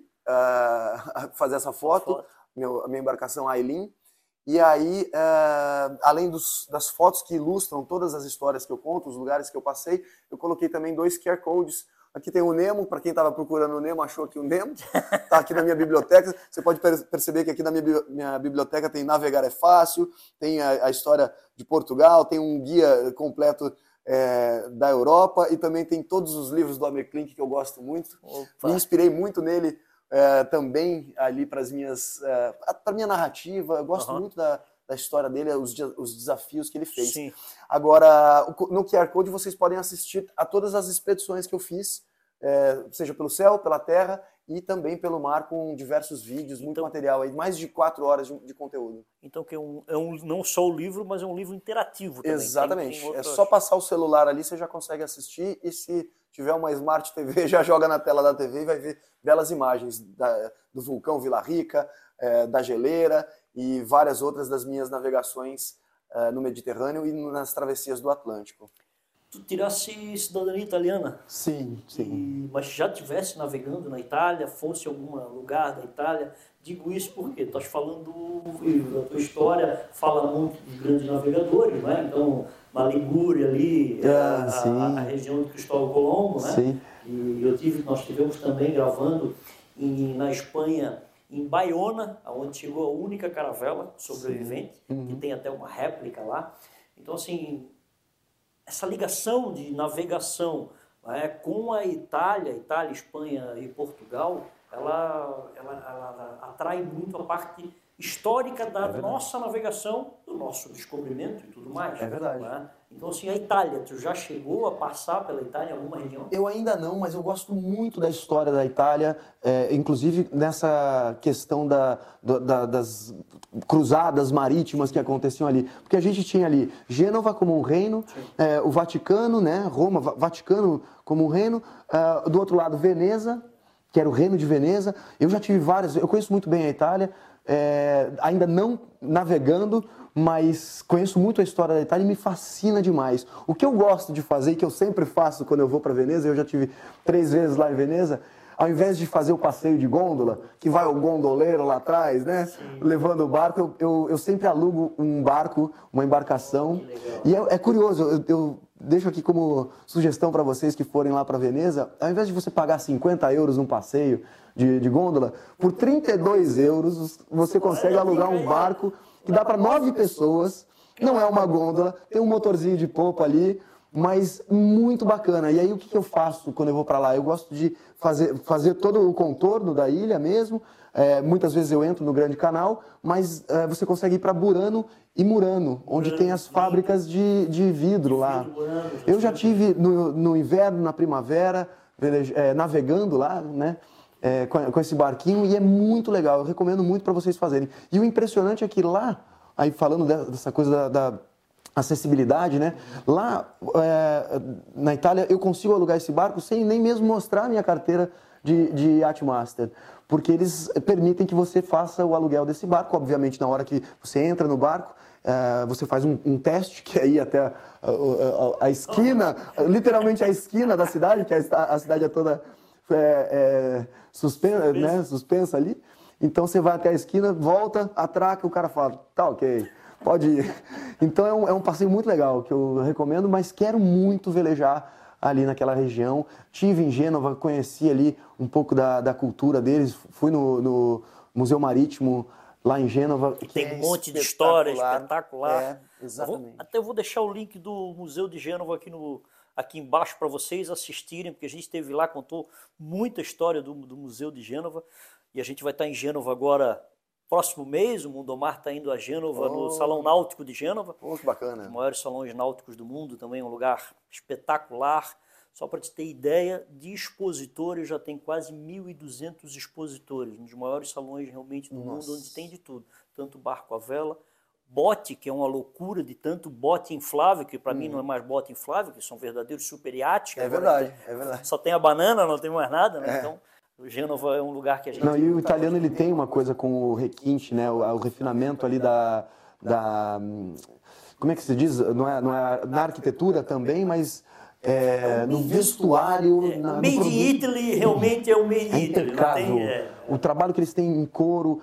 fazer essa foto, a minha embarcação Aileen. E aí, além das fotos que ilustram todas as histórias que eu conto, os lugares que eu passei, eu coloquei também 2 QR Codes. Aqui tem o Nemo, para quem estava procurando o Nemo, achou aqui o Nemo, está aqui na minha biblioteca. Você pode perceber que aqui na minha biblioteca tem Navegar é Fácil, tem a história de Portugal, tem um guia completo da Europa e também tem todos os livros do Amir Klink que eu gosto muito. Opa. Me inspirei muito nele também ali para a minha narrativa. Eu gosto muito da história dele, os desafios que ele fez. Sim. Agora, no QR Code vocês podem assistir a todas as expedições que eu fiz, seja pelo céu, pela terra e também pelo mar, com diversos vídeos, muito material aí, mais de 4 horas de conteúdo. Então que não só o livro, mas é um livro interativo também. Exatamente. Tem outras... É só passar o celular ali, você já consegue assistir, e se tiver uma Smart TV, já joga na tela da TV e vai ver belas imagens do vulcão Vila Rica, da geleira e várias outras das minhas navegações no Mediterrâneo e nas travessias do Atlântico. Tu tirasse cidadania italiana? Sim. Mas já estivesse navegando na Itália, fosse em algum lugar da Itália? Digo isso porque tu estás falando, a tua história fala muito de grandes navegadores, né? Então, na Ligúria ali, a região de Cristóvão Colombo, né? Sim. E nós estivemos também gravando na Espanha, em Baiona, onde chegou a única caravela sobrevivente, que tem até uma réplica lá. Então, assim, essa ligação de navegação com a Itália, Espanha e Portugal, ela atrai muito a parte histórica da nossa navegação, do nosso descobrimento e tudo mais. É verdade. Né? Então, assim, a Itália, tu já chegou a passar pela Itália em alguma região? Eu ainda não, mas eu gosto muito da história da Itália, inclusive nessa questão das cruzadas marítimas que aconteciam ali. Porque a gente tinha ali Gênova como um reino, o Vaticano, né, Roma, Vaticano como um reino, do outro lado Veneza, que era o reino de Veneza. Eu já tive eu conheço muito bem a Itália, ainda não navegando, mas conheço muito a história da Itália e me fascina demais. O que eu gosto de fazer, e que eu sempre faço quando eu vou para Veneza, eu já tive 3 vezes lá em Veneza, ao invés de fazer o passeio de gôndola, que vai o gondoleiro lá atrás, né, levando o barco, eu sempre alugo um barco, uma embarcação. E é curioso, deixo aqui como sugestão para vocês que forem lá para Veneza, ao invés de você pagar 50 euros num passeio de gôndola, por 32 euros você consegue alugar um barco que dá para 9 pessoas, não é uma gôndola, tem um motorzinho de popa ali, mas muito bacana. E aí o que eu faço quando eu vou para lá? Eu gosto de fazer todo o contorno da ilha mesmo. Muitas vezes eu entro no Grande Canal, mas você consegue ir para Burano e Murano, onde tem as fábricas de vidro lá. Eu já tive no inverno, na primavera, navegando lá, né? Com esse barquinho, e é muito legal. Eu recomendo muito para vocês fazerem. E o impressionante é que lá, aí falando dessa coisa da acessibilidade, né? Lá na Itália eu consigo alugar esse barco sem nem mesmo mostrar a minha carteira de Yacht Master, porque eles permitem que você faça o aluguel desse barco. Obviamente, na hora que você entra no barco, você faz um teste, que é ir até a esquina, literalmente a esquina da cidade, que a cidade é toda suspensa, né? Suspensa ali. Então você vai até a esquina, volta, atraca, o cara fala, tá ok, pode ir. Então é um passeio muito legal, que eu recomendo, mas quero muito velejar ali naquela região. Tive em Gênova, conheci ali um pouco da cultura deles, fui no Museu Marítimo lá em Gênova. Tem um monte de história espetacular. Exatamente. Eu vou deixar o link do Museu de Gênova aqui embaixo para vocês assistirem, porque a gente esteve lá, contou muita história do Museu de Gênova, e a gente vai estar em Gênova agora, próximo mês. O Mundomar está indo a Gênova, no Salão Náutico de Gênova. Que bacana. Um dos maiores salões náuticos do mundo, também um lugar espetacular. Só para te ter ideia, de expositores, já tem quase 1.200 expositores, um dos maiores salões realmente do mundo, onde tem de tudo. Tanto barco à vela, bote, que é uma loucura de tanto bote inflável, que para mim não é mais bote inflável, que são verdadeiros super iates. É verdade. Só tem a banana, não tem mais nada, né? Então, o Gênova é um lugar que a gente... Não, e o italiano ele tem uma coisa com o requinte, né? O refinamento ali como é que se diz? Não é na arquitetura também, mas no vestuário... Made in Italy realmente é o Made in Italy. Impecável. O trabalho que eles têm em couro,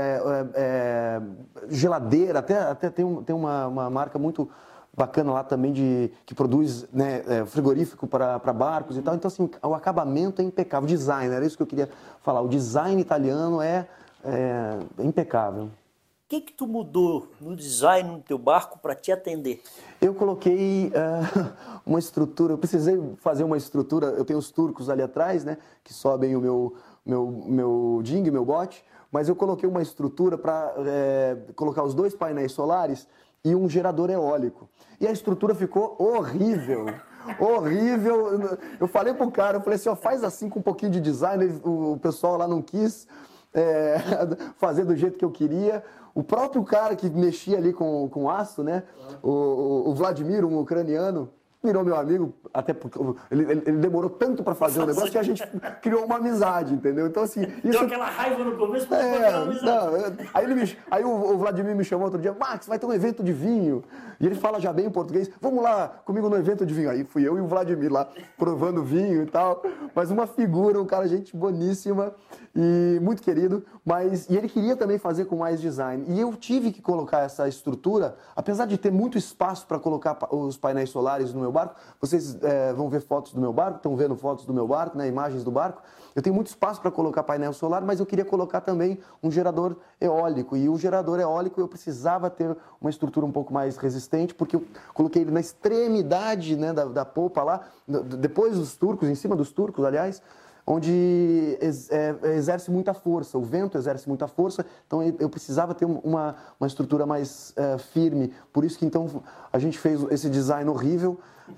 geladeira, até tem uma marca muito bacana lá também que produz, né, frigorífico para barcos e tal. Então, assim, o acabamento é impecável. O design, era isso que eu queria falar. O design italiano é impecável. O que tu mudou no design no teu barco para te atender? Eu coloquei uma estrutura, eu precisei fazer uma estrutura. Eu tenho os turcos ali atrás, né, que sobem o meu dinghy, meu bote, mas eu coloquei uma estrutura para colocar os 2 painéis solares e um gerador eólico. E a estrutura ficou horrível. Horrível. Eu falei pro cara, eu falei assim, faz assim com um pouquinho de design. O pessoal lá não quis fazer do jeito que eu queria. O próprio cara que mexia ali com aço, né? O Vladimir, um ucraniano, virou meu amigo, até porque ele demorou tanto para fazer o negócio que a gente criou uma amizade, entendeu? Então, assim... Deu aquela raiva no começo, mas foi aquela amizade. Aí o Vladimir me chamou outro dia, Max, vai ter um evento de vinho. E ele fala já bem em português, vamos lá comigo no evento de vinho. Aí fui eu e o Vladimir lá, provando vinho e tal. Mas uma figura, um cara, gente boníssima e muito querido. E ele queria também fazer com mais design. E eu tive que colocar essa estrutura, apesar de ter muito espaço para colocar os painéis solares no meu barco. Vocês vão ver fotos do meu barco, estão vendo fotos do meu barco, né, imagens do barco. Eu tenho muito espaço para colocar painel solar, mas eu queria colocar também um gerador eólico. E o gerador eólico eu precisava ter uma estrutura um pouco mais resistente, porque eu coloquei ele na extremidade, né, da popa lá, depois dos turcos, em cima dos turcos, aliás, onde exerce muita força, o vento exerce muita força, então eu precisava ter uma estrutura mais firme. Por isso que então a gente fez esse design horrível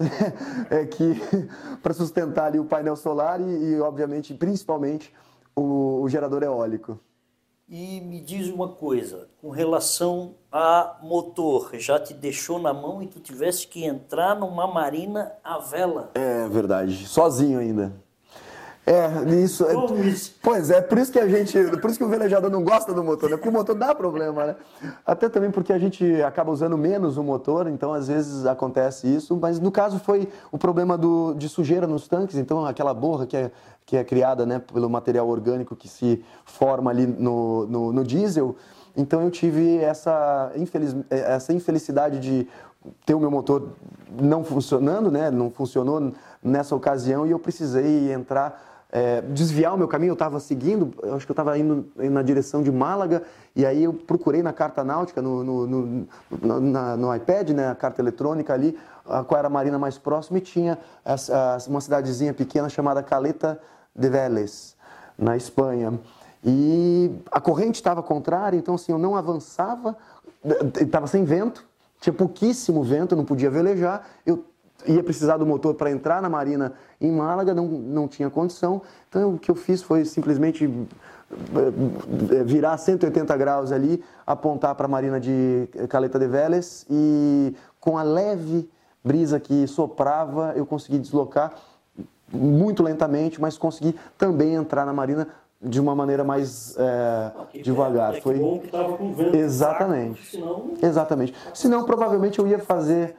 para sustentar ali o painel solar e obviamente, principalmente, o gerador eólico. E me diz uma coisa, com relação a motor, já te deixou na mão e tu tivesse que entrar numa marina à vela? É verdade, sozinho ainda. Isso. Como isso? Pois é, por isso que o velejador não gosta do motor, né? Porque o motor dá problema, né? Até também porque a gente acaba usando menos o motor, então às vezes acontece isso, mas no caso foi o problema de sujeira nos tanques, então aquela borra que é criada, né, pelo material orgânico que se forma ali no diesel. Então eu tive essa infelicidade de ter o meu motor não funcionando, né? Não funcionou nessa ocasião e eu precisei desviar o meu caminho. Eu estava seguindo, eu acho que eu estava indo na direção de Málaga, e aí eu procurei na carta náutica, no iPad, né, a carta eletrônica ali, qual era a marina mais próxima, e tinha uma cidadezinha pequena chamada Caleta de Vélez, na Espanha. E a corrente estava contrária, então assim, eu não avançava, estava sem vento, tinha pouquíssimo vento, eu não podia velejar, eu ia precisar do motor para entrar na marina em Málaga, não tinha condição. Então o que eu fiz foi simplesmente virar 180 graus ali, apontar para a marina de Caleta de Vélez, e com a leve brisa que soprava, eu consegui deslocar muito lentamente, mas consegui também entrar na marina de uma maneira mais devagar. Foi bom que estava com vento. Exatamente. Saco, Exatamente. Senão provavelmente eu ia fazer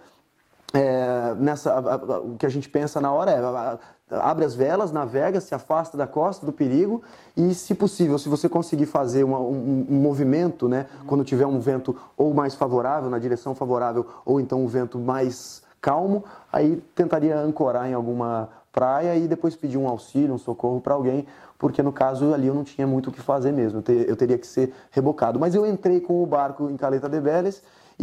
o que a gente pensa na hora abre as velas, navega, se afasta da costa, do perigo, e, se possível, se você conseguir fazer um movimento, né, quando tiver um vento ou mais favorável, na direção favorável, ou então um vento mais calmo, aí tentaria ancorar em alguma praia e depois pedir um auxílio, um socorro para alguém, porque no caso ali eu não tinha muito o que fazer mesmo, eu teria que ser rebocado. Mas eu entrei com o barco em Caleta de Vélez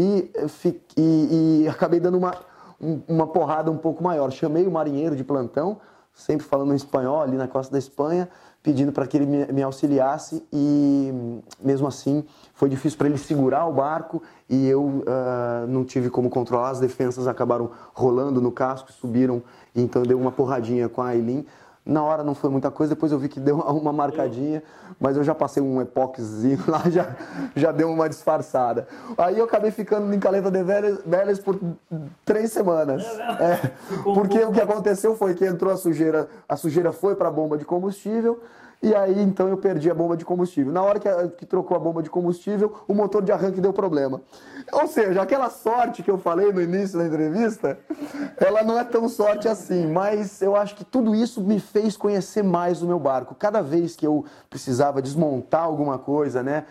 e acabei dando uma porrada um pouco maior. Chamei o marinheiro de plantão, sempre falando em espanhol, ali na costa da Espanha, pedindo para que ele me auxiliasse, e mesmo assim foi difícil para ele segurar o barco, e eu não tive como controlar. As defensas acabaram rolando no casco, subiram, e então eu dei uma porradinha com a Ailin. Na hora não foi muita coisa, depois eu vi que deu uma marcadinha, mas eu já passei um epoxyzinho lá, já deu uma disfarçada. Aí eu acabei ficando em Caleta de Vélez por 3 semanas. Porque o que aconteceu foi que entrou a sujeira foi para a bomba de combustível, e aí então eu perdi a bomba de combustível. Na hora que trocou a bomba de combustível, o motor de arranque deu problema. Ou seja, aquela sorte que eu falei no início da entrevista, ela não é tão sorte assim, mas eu acho que tudo isso me fez conhecer mais o meu barco. Cada vez que eu precisava desmontar alguma coisa, né,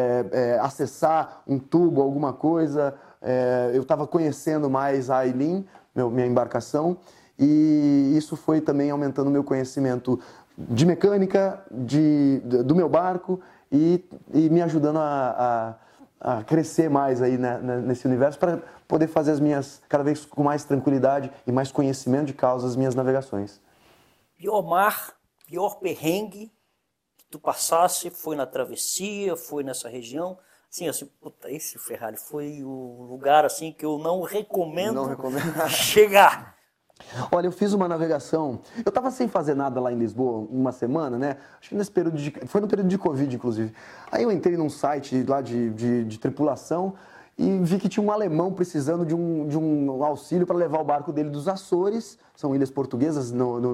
acessar um tubo, alguma coisa, eu estava conhecendo mais a Ailin, minha embarcação, e isso foi também aumentando o meu conhecimento de mecânica, do meu barco, e me ajudando a crescer mais aí, né, nesse universo, para poder fazer cada vez com mais tranquilidade e mais conhecimento de causa, as minhas navegações. Pior mar, pior perrengue que tu passasse, foi na travessia, foi nessa região? Assim, puta, esse Ferrari foi o lugar assim que eu não recomendo chegar. Olha, eu fiz uma navegação, eu estava sem fazer nada lá em Lisboa, uma semana, né? Acho que nesse período foi no período de Covid, inclusive. Aí eu entrei num site lá de tripulação e vi que tinha um alemão precisando de um auxílio para levar o barco dele dos Açores, são ilhas portuguesas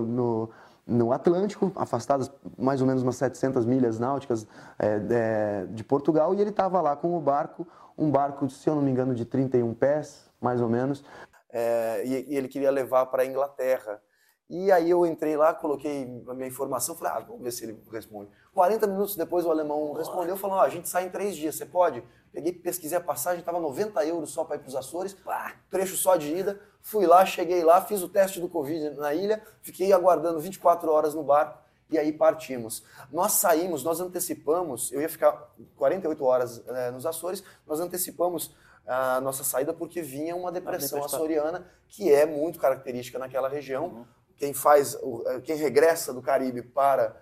no Atlântico, afastadas mais ou menos umas 700 milhas náuticas de Portugal, e ele estava lá com um barco, se eu não me engano, de 31 pés, mais ou menos. E ele queria levar para a Inglaterra. E aí eu entrei lá, coloquei a minha informação, falei, vamos ver se ele responde. 40 minutos depois o alemão respondeu, falou, a gente sai em 3 dias, você pode? Peguei, pesquisei a passagem, estava 90 euros só para ir para os Açores, trecho só de ida. Fui lá, cheguei lá, fiz o teste do Covid na ilha, fiquei aguardando 24 horas no barco, e aí partimos. Nós antecipamos, eu ia ficar 48 horas nos Açores, nós antecipamos a nossa saída porque vinha uma depressão açoriana que é muito característica naquela região. Quem regressa do Caribe para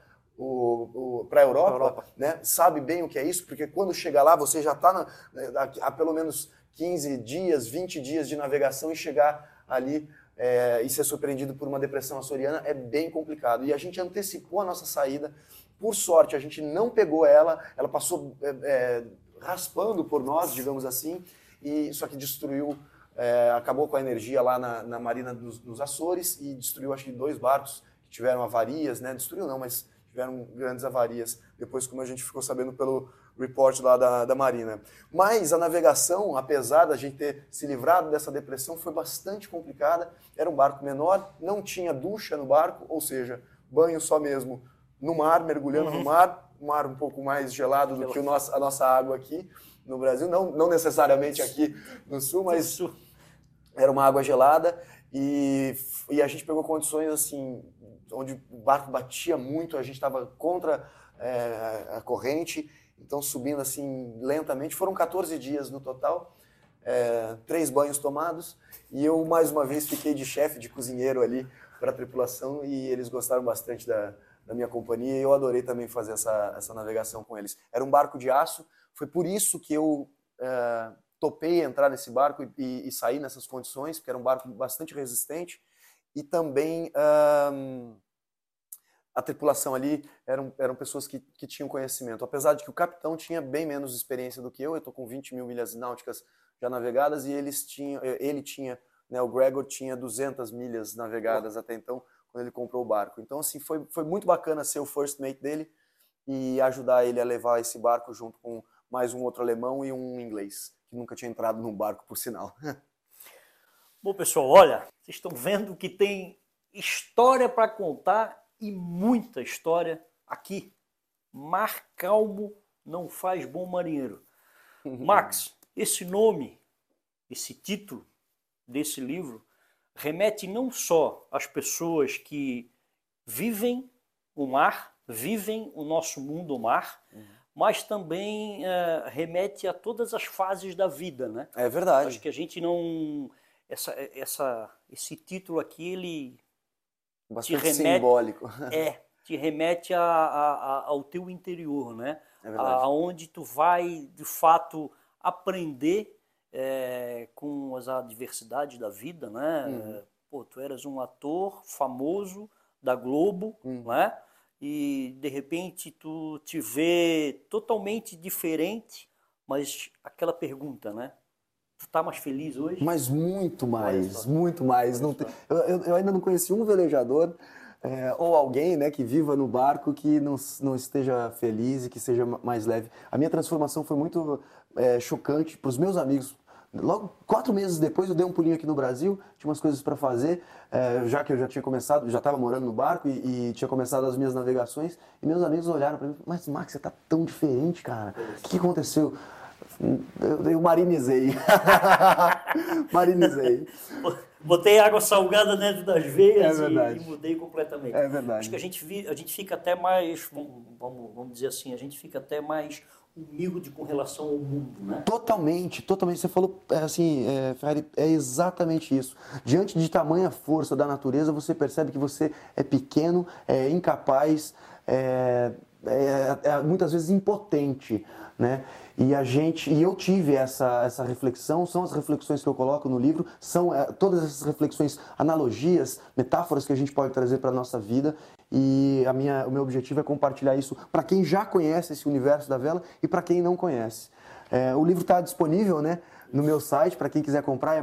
a Europa, né, sabe bem o que é isso, porque quando chega lá você já está há pelo menos 15 dias, 20 dias de navegação, e chegar ali e ser surpreendido por uma depressão açoriana é bem complicado. E a gente antecipou a nossa saída. Por sorte, a gente não pegou ela passou raspando por nós, digamos assim, e isso aqui destruiu, acabou com a energia lá na marina dos Açores, e destruiu, acho que 2 barcos que tiveram avarias, né? Destruiu não, mas tiveram grandes avarias, depois, como a gente ficou sabendo pelo report lá da marina. Mas a navegação, apesar da gente ter se livrado dessa depressão, foi bastante complicada. Era um barco menor, não tinha ducha no barco, ou seja, banho só mesmo no mar, mergulhando no mar, um mar um pouco mais gelado do que a nossa água aqui no Brasil, não necessariamente aqui no sul, mas Era uma água gelada e a gente pegou condições assim, onde o barco batia muito, a gente estava contra a corrente, então subindo assim lentamente. Foram 14 dias no total, 3 banhos tomados, e eu mais uma vez fiquei de chefe, de cozinheiro ali para a tripulação, e eles gostaram bastante da minha companhia, e eu adorei também fazer essa navegação com eles. Era um barco de aço, foi por isso que eu topei entrar nesse barco e sair nessas condições, porque era um barco bastante resistente, e também a tripulação ali eram pessoas que tinham conhecimento, apesar de que o capitão tinha bem menos experiência do que eu estou com 20 mil milhas náuticas já navegadas, e ele tinha, né, o Gregor tinha 200 milhas navegadas até então, quando ele comprou o barco. Então, assim, foi muito bacana ser o first mate dele e ajudar ele a levar esse barco junto com mais um outro alemão e um inglês, que nunca tinha entrado num barco, por sinal. Bom, pessoal, olha, vocês estão vendo que tem história para contar e muita história aqui. Mar calmo não faz bom marinheiro. Max, esse nome, esse título desse livro remete não só às pessoas que vivem o mar, vivem o nosso mundo, o mar, mas também remete a todas as fases da vida, né? É verdade. Acho que a gente não... Esse título aqui, ele bastante te remete, simbólico. Te remete ao teu interior, né? É verdade. Aonde tu vai, de fato, aprender com as adversidades da vida, né? Pô, tu eras um ator famoso da Globo, né? E de repente tu te vê totalmente diferente, mas aquela pergunta, né? Tu tá mais feliz hoje? Mas muito mais, muito mais. Não tem, eu ainda não conheci um velejador ou alguém, né, que viva no barco que não esteja feliz e que seja mais leve. A minha transformação foi muito chocante para os meus amigos. Logo, 4 meses depois, eu dei um pulinho aqui no Brasil, tinha umas coisas para fazer, já que eu já tinha começado, já estava morando no barco e tinha começado as minhas navegações, e meus amigos olharam para mim, mas Max, você tá tão diferente, cara, o que aconteceu? Eu marinizei. Marinizei. Botei água salgada dentro das veias e mudei completamente. É verdade. Acho que a gente fica até mais, vamos dizer assim, a gente fica até mais humilde com relação ao mundo, né? Totalmente, totalmente. Você falou, assim, Ferrari, é exatamente isso. Diante de tamanha força da natureza, você percebe que você é pequeno, é incapaz, muitas vezes impotente, né? E eu tive essa reflexão, são as reflexões que eu coloco no livro, são todas essas reflexões, analogias, metáforas que a gente pode trazer para a nossa vida, e o meu objetivo é compartilhar isso para quem já conhece esse universo da vela e para quem não conhece. O livro está disponível, né, no meu site, para quem quiser comprar, é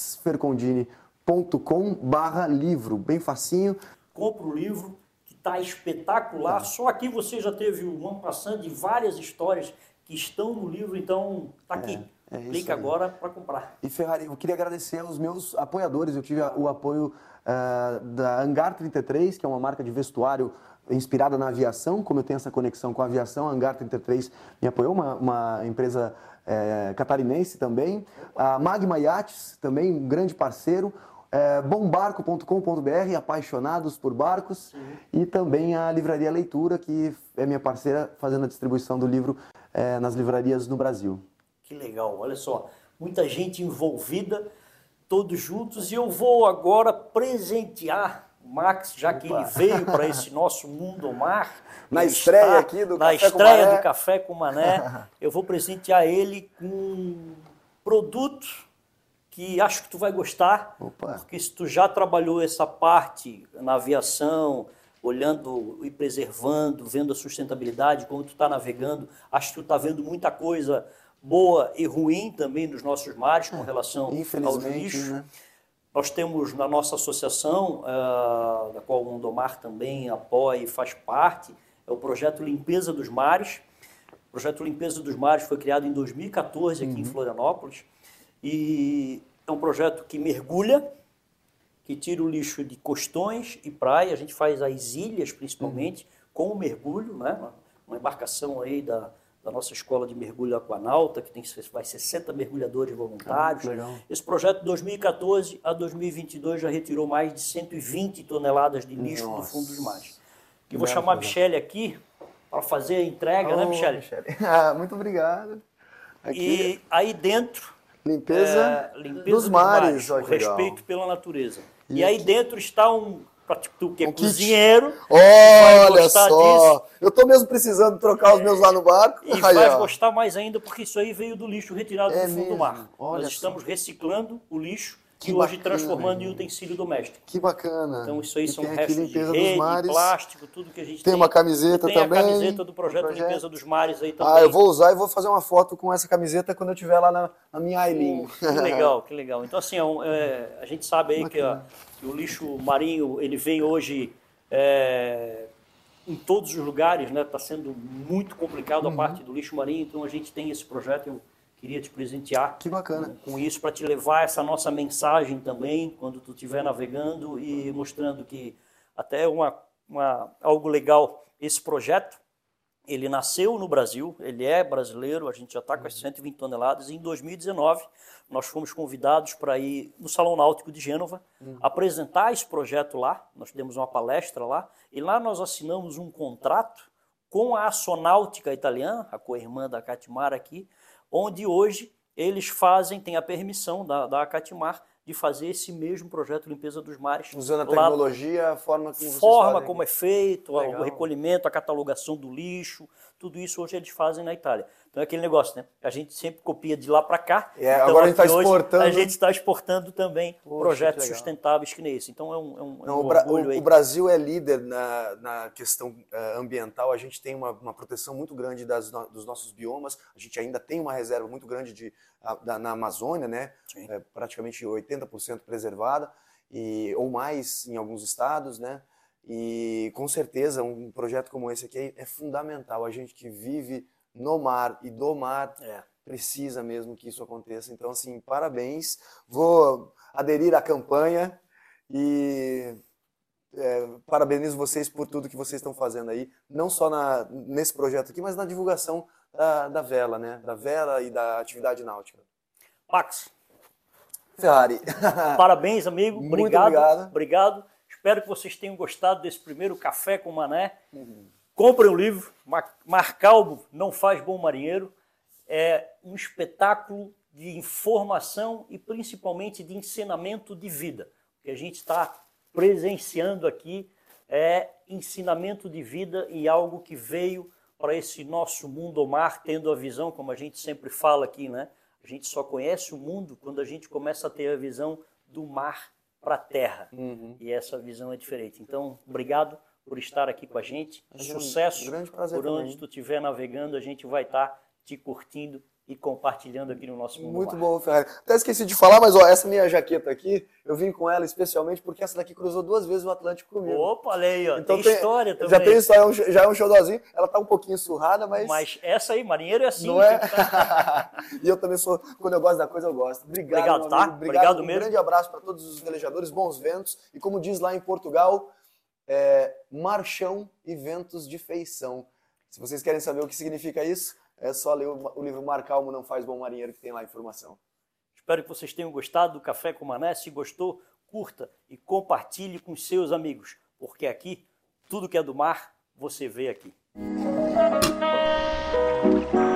maxfercondini.com/livro, bem facinho. Compra o livro, que está espetacular, Só aqui você já teve um passando de várias histórias que estão no livro, então tá aqui. Clica agora para comprar. E Ferrari, eu queria agradecer aos meus apoiadores. Eu tive o apoio da Hangar 33, que é uma marca de vestuário inspirada na aviação. Como eu tenho essa conexão com a aviação, a Hangar 33 me apoiou, uma empresa catarinense também. A Magma Yachts, também um grande parceiro. Bombarco.com.br, apaixonados por barcos. E também a Livraria Leitura, que é minha parceira fazendo a distribuição do livro nas livrarias no Brasil. Que legal, olha só, muita gente envolvida, todos juntos, e eu vou agora presentear o Max, já que ele veio para esse nosso mundo ao mar. Na estreia aqui do Café com Mané. Do Café com Mané, eu vou presentear ele com um produto que acho que tu vai gostar, porque se tu já trabalhou essa parte na aviação, olhando e preservando, vendo a sustentabilidade, como tu está navegando, acho que tu está vendo muita coisa boa e ruim também nos nossos mares com relação aos lixos. Né? Nós temos na nossa associação, da qual o Mundomar também apoia e faz parte, é o projeto Limpeza dos Mares. O projeto Limpeza dos Mares foi criado em 2014 aqui em Florianópolis e é um projeto que mergulha, que tira o lixo de costões e praia. A gente faz as ilhas, principalmente, com o mergulho, né? Uma embarcação aí da da nossa escola de mergulho aquanauta, que vai 60 mergulhadores voluntários. Legal. Esse projeto de 2014 a 2022 já retirou mais de 120 toneladas de lixo do fundo dos mares. Eu vou chamar a Michele aqui para fazer a entrega, né, Michele? Muito obrigado. Aqui. E aí dentro... Limpeza, limpeza dos mares, o respeito pela natureza. E aí dentro está para tu que é cozinheiro, olha só, disso, eu estou mesmo precisando trocar os meus lá no barco. E vai gostar mais ainda porque isso aí veio do lixo retirado do fundo do mar. Nós estamos reciclando o lixo e hoje transformando em utensílio doméstico. Que bacana. Então isso aí são tem restos de rede, plástico, tudo que a gente tem. Tem uma camiseta também. Tem a camiseta do projeto Limpeza dos Mares aí também. Eu vou usar e vou fazer uma foto com essa camiseta quando eu estiver lá na minha Aileen. Que legal, que legal. Então assim, a gente sabe aí que o lixo marinho, ele vem hoje em todos os lugares, né? Está sendo muito complicado a parte do lixo marinho, então a gente tem esse projeto, eu queria te presentear que bacana. Com isso, para te levar essa nossa mensagem também, quando tu estiver navegando e mostrando que até algo legal, esse projeto, ele nasceu no Brasil, ele é brasileiro, a gente já está com as 120 toneladas, e em 2019 nós fomos convidados para ir no Salão Náutico de Gênova, apresentar esse projeto lá, nós demos uma palestra lá, e lá nós assinamos um contrato com a Assonáutica Italiana, a co-irmã da Acatimar aqui, onde hoje eles têm a permissão da Acatimar de fazer esse mesmo projeto de limpeza dos mares. Usando a tecnologia, a forma como vocês fazem. Como é feito, o recolhimento, a catalogação do lixo, tudo isso hoje eles fazem na Itália. Então é aquele negócio, né? A gente sempre copia de lá para cá. Então, agora a gente está exportando. A gente está exportando também projetos sustentáveis que nem esse. Então é um orgulho aí. O Brasil é líder na questão ambiental. A gente tem uma proteção muito grande dos nossos biomas. A gente ainda tem uma reserva muito grande na Amazônia, né? Praticamente 80% preservada, ou mais em alguns estados, né? E com certeza um projeto como esse aqui é fundamental. A gente que vive no mar e do mar precisa mesmo que isso aconteça. Então, assim, parabéns. Vou aderir à campanha e parabenizo vocês por tudo que vocês estão fazendo aí, não só nesse projeto aqui, mas na divulgação da vela, né? Da vela e da atividade náutica. Max Ferrari. Parabéns, amigo. Muito obrigado. Obrigado. Espero que vocês tenham gostado desse primeiro Café com Mané. Comprem o livro. Mar Calmo não faz bom marinheiro. É um espetáculo de informação e principalmente de ensinamento de vida. O que a gente está presenciando aqui é ensinamento de vida e algo que veio para esse nosso mundo ao mar, tendo a visão, como a gente sempre fala aqui, né? A gente só conhece o mundo quando a gente começa a ter a visão do mar para a terra. E essa visão é diferente. Então, obrigado por estar aqui com a gente. Sucesso. Grande prazer por onde também. tu estiver navegando, a gente vai estar te curtindo e compartilhando aqui no nosso mundo. Muito bom, Ferrari. Até esqueci de falar, mas essa minha jaqueta aqui, eu vim com ela especialmente porque essa daqui cruzou 2 vezes o Atlântico comigo. Opa, olha aí, ó. Então tem história também. Já tem história, já é um showzinho. Ela tá um pouquinho surrada, mas... Mas essa aí, marinheiro é assim. Não é? E eu também sou, quando eu gosto da coisa, eu gosto. Obrigado, tá? Obrigado um mesmo. Grande abraço para todos os velejadores, bons ventos. E como diz lá em Portugal, marchão e ventos de feição. Se vocês querem saber o que significa isso, é só ler o livro Mar Calmo não faz bom marinheiro, que tem lá a informação. Espero que vocês tenham gostado do Café com Mané. Se gostou, curta e compartilhe com seus amigos, porque aqui, tudo que é do mar, você vê aqui.